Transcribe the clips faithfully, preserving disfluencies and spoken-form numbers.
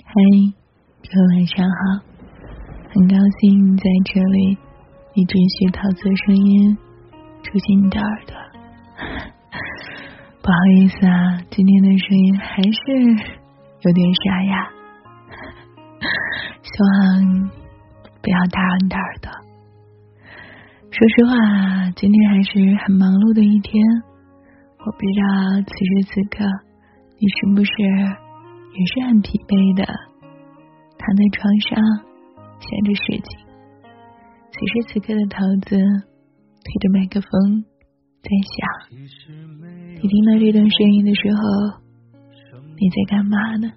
嗨，各位晚上好，很高兴在这里你允许桃子的声音出现你的耳朵。不好意思啊，今天的声音还是有点沙哑，希望不要打扰你的耳朵。说实话，今天还是很忙碌的一天，我不知道此时此刻你是不是也是很疲惫的躺在床上想着事情。此时此刻的桃子推着麦克风在想，你听到这段声音的时候你在干嘛呢？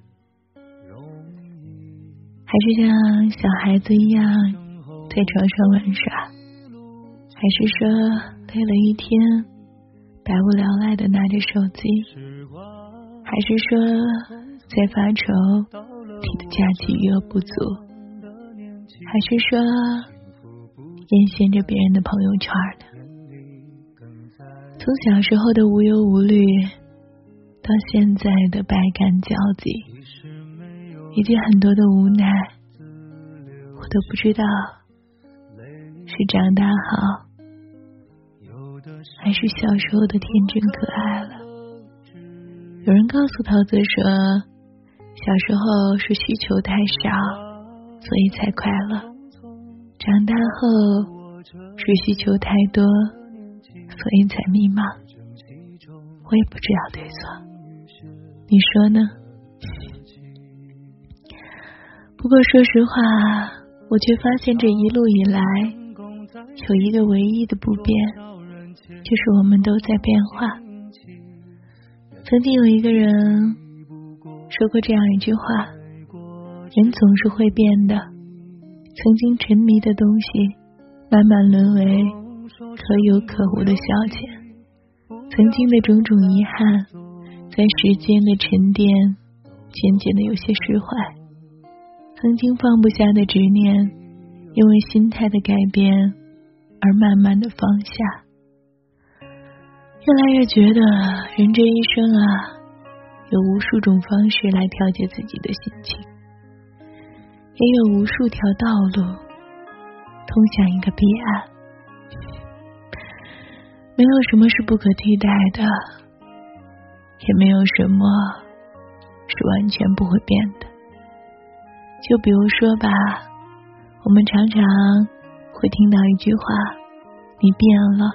还是像小孩子一样在床上玩耍，还是说累了一天百无聊赖的拿着手机，还是说在发愁你的假期余额不足，还是说艳羡着别人的朋友圈呢？从小时候的无忧无虑到现在的百感交集，以及很多的无奈，我都不知道是长大好还是小时候的天真可爱了。有人告诉桃子说，小时候是需求太少，所以才快乐，长大后是需求太多，所以才迷茫。我也不知道对错，你说呢？不过说实话，我却发现这一路以来有一个唯一的不变，就是我们都在变化。曾经有一个人说过这样一句话，人总是会变的，曾经沉迷的东西慢慢沦为可有可无的消遣，曾经的种种遗憾在时间的沉淀渐渐的有些释怀，曾经放不下的执念因为心态的改变而慢慢的放下。越来越觉得人这一生啊，有无数种方式来调节自己的心情，也有无数条道路通向一个彼岸。没有什么是不可替代的，也没有什么是完全不会变的。就比如说吧，我们常常会听到一句话，你变了。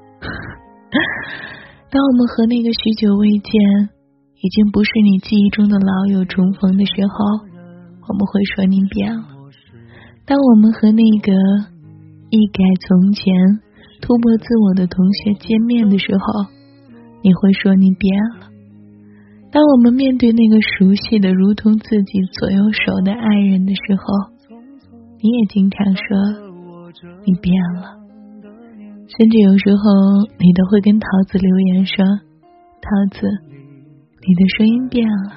当我们和那个许久未见已经不是你记忆中的老友重逢的时候，我们会说你变了。当我们和那个一改从前突破自我的同学见面的时候，你会说你变了。当我们面对那个熟悉的如同自己左右手的爱人的时候，你也经常说你变了。甚至有时候你都会跟桃子留言说，桃子，你的声音变了。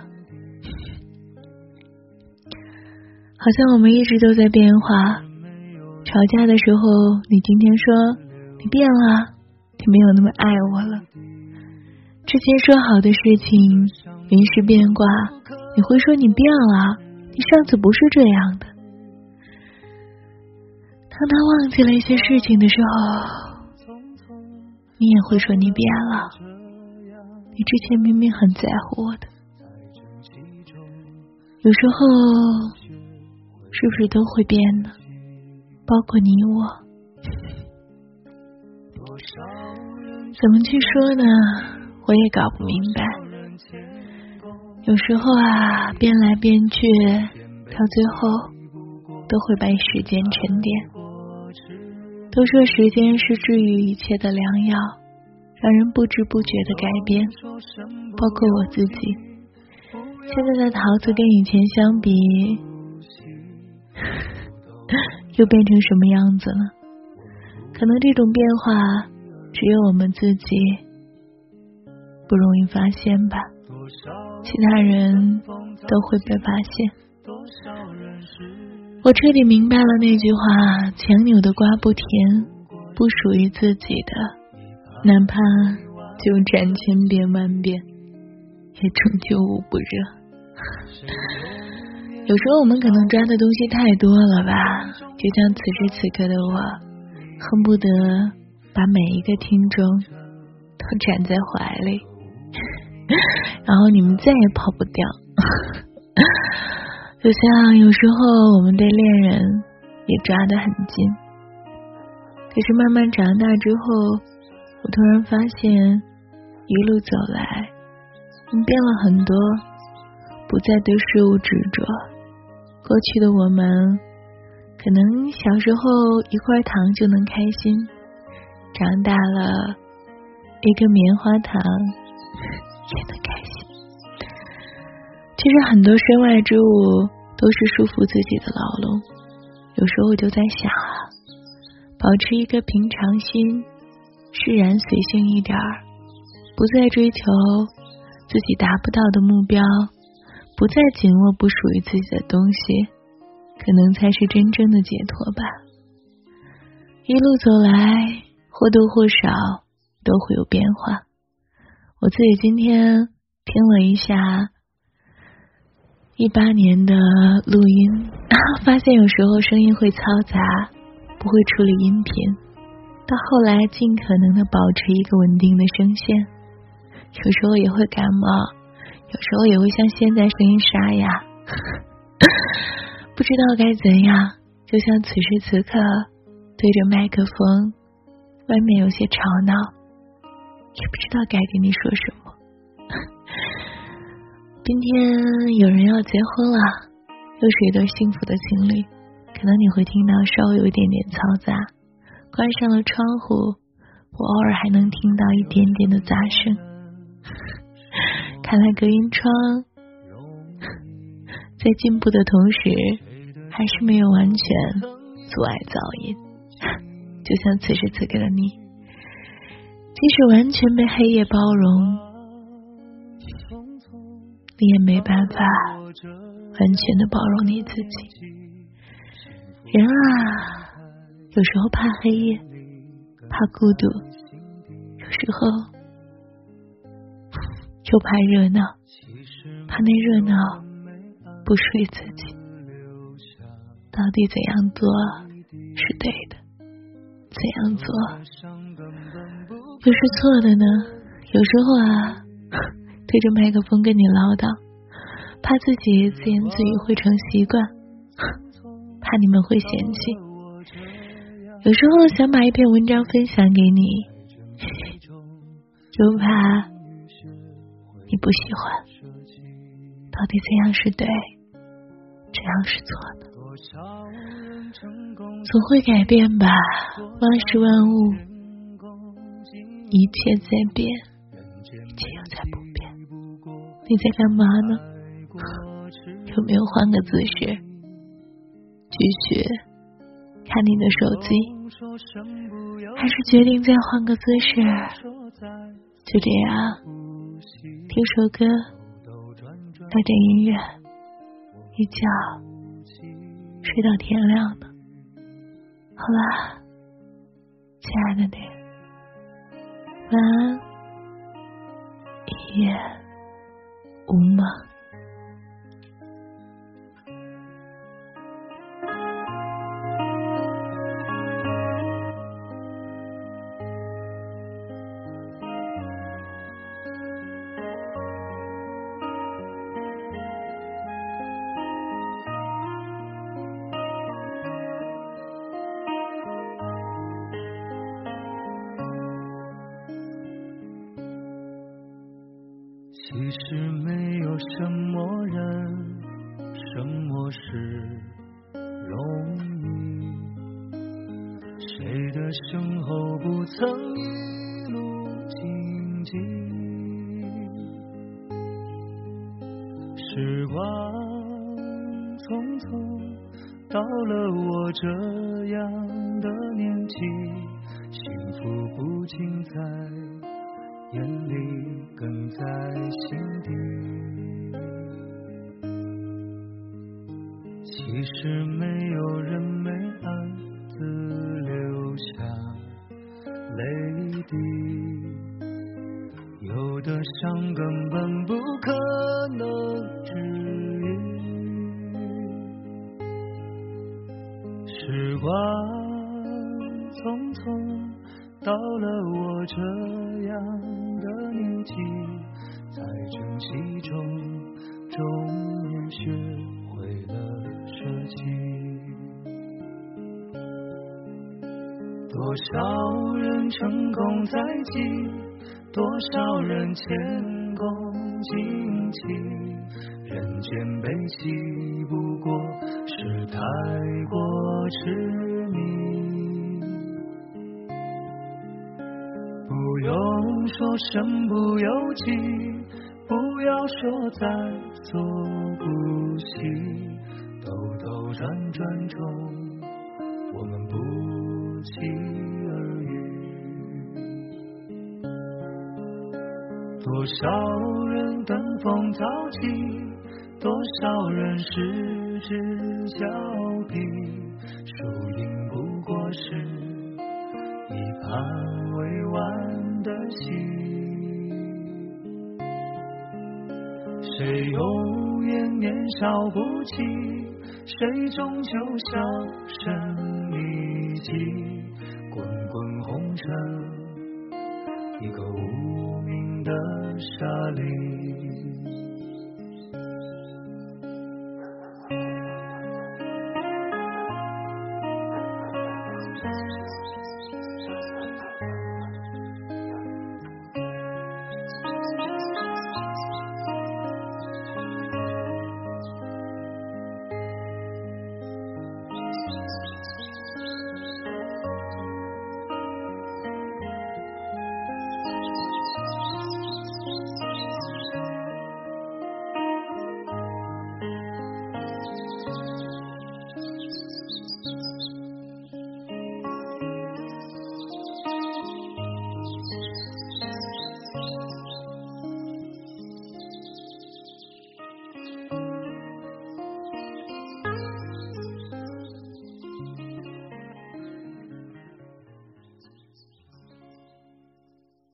好像我们一直都在变化，吵架的时候你今天说你变了，你没有那么爱我了。之前说好的事情临时变卦，你会说你变了，你上次不是这样的。当他忘记了一些事情的时候，你也会说你变了，你之前明明很在乎我的。有时候是不是都会变呢？包括你我。怎么去说呢？我也搞不明白。有时候啊，变来变去，到最后都会被时间沉淀。都说时间是治愈一切的良药，让人不知不觉的改变，包括我自己。现在的桃子跟以前相比又变成什么样子呢？可能这种变化只有我们自己不容易发现吧，其他人都会被发现。我彻底明白了那句话，强扭的瓜不甜，不属于自己的，哪怕纠缠千遍万遍，也终究无不热。 有时候我们可能抓的东西太多了吧，就像此时此刻的我，恨不得把每一个听众都揽在怀里，然后你们再也跑不掉。就像有时候我们对恋人也抓得很紧，可是慢慢长大之后，我突然发现一路走来我们变了很多，不再对事物执着。过去的我们可能小时候一块糖就能开心，长大了一个棉花糖也能开心。其实很多身外之物都是束缚自己的牢笼，有时候我就在想啊，保持一个平常心，释然随性一点儿，不再追求自己达不到的目标，不再紧握不属于自己的东西，可能才是真正的解脱吧。一路走来，或多或少都会有变化。我自己今天听了一下一八年的录音，发现有时候声音会嘈杂，不会处理音频，到后来尽可能的保持一个稳定的声线，有时候也会感冒，有时候也会像现在声音沙哑，不知道该怎样，就像此时此刻对着麦克风，外面有些吵闹，也不知道该跟你说什么。今天有人要结婚了，又是一对幸福的情侣，可能你会听到稍微有一点点嘈杂，关上了窗户，我偶尔还能听到一点点的杂声。看来隔音窗在进步的同时，还是没有完全阻碍噪音。就像此时此刻的你，即使完全被黑夜包容，你也没办法完全的包容你自己。人啊，有时候怕黑夜，怕孤独，有时候又怕热闹，怕那热闹不属于自己。到底怎样做是对的，怎样做又是错的呢？有时候啊，对着麦克风跟你唠叨，怕自己自言自语会成习惯，怕你们会嫌弃。有时候想把一篇文章分享给你，又怕你不喜欢。到底怎样是对，怎样是错的？总会改变吧，万事万物，一切在变，一切又在不变。你在干嘛呢？有没有换个姿势，继续看你的手机，还是决定再换个姿势，就这样听首歌，带着音乐，一觉睡到天亮呢？好啦，亲爱的你，晚安，一夜无梦。 其实没有什么人，什么事容易，谁的身后不曾一路荆棘。时光匆匆，到了我这样的年纪，幸福不仅在眼里，更在心底。其实没有人没暗自流下泪滴，有的伤根本不可能治愈。 时光匆匆，到了我这样的年纪，在珍惜中终于学会了舍弃。多少人成功在即，多少人前功尽弃，人间悲喜不过是太过痴迷。不用说身不由己，不要说在所不惜，兜兜转转中我们不期而遇。多少人登峰造极，多少人失之交臂，输赢不过是一盘未完的戏。谁永远年少不起，谁终究销声匿迹，滚滚红尘，一个无名的沙砾。